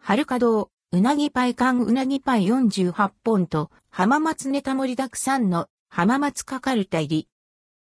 春華堂、うなぎパイ缶うなぎパイ48本と浜松ネタ盛りだくさんの浜松かかるた入り。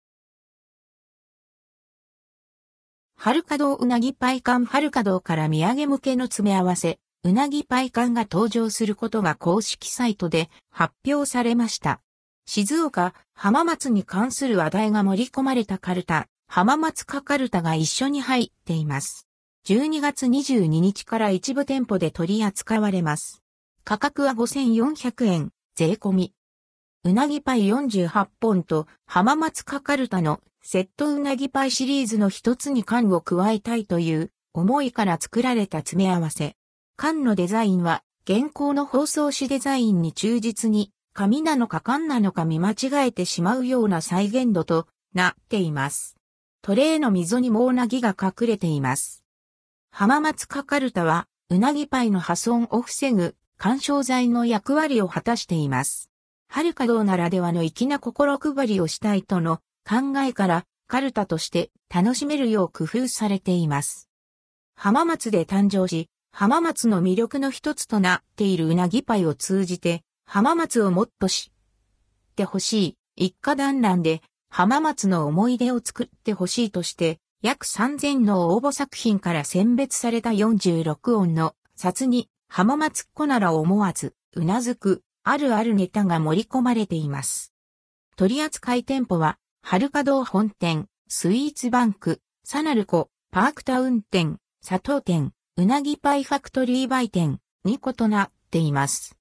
春華堂うなぎパイ缶春華堂から土産向けの詰め合わせ、うなぎパイ缶が登場することが公式サイトで発表されました。静岡、浜松に関する話題が盛り込まれたカルタ、浜松かかるたが一緒に入っています。12月22日から一部店舗で取り扱われます。価格は5400円、税込み。うなぎパイ48本と浜松かかるたのセットうなぎパイシリーズの一つに缶を加えたいという思いから作られた詰め合わせ。缶のデザインは現行の包装紙デザインに忠実に紙なのか缶なのか見間違えてしまうような再現度となっています。トレーの溝にもうなぎが隠れています。浜松かかるたはうなぎパイの破損を防ぐ緩衝材の役割を果たしています。春華堂ならではの粋な心配りをしたいとの考えからカルタとして楽しめるよう工夫されています。浜松で誕生し、浜松の魅力の一つとなっているうなぎパイを通じて浜松をもっと知ってほしい一家団らんで浜松の思い出を作ってほしいとして約3000の応募作品から選別された46音の冊に浜松っ子なら思わずうなずくあるあるネタが盛り込まれています。取扱店舗は春華堂本店、スイーツバンク、サナルコ、パークタウン店、佐藤店、うなぎパイファクトリー売店、2個となっています。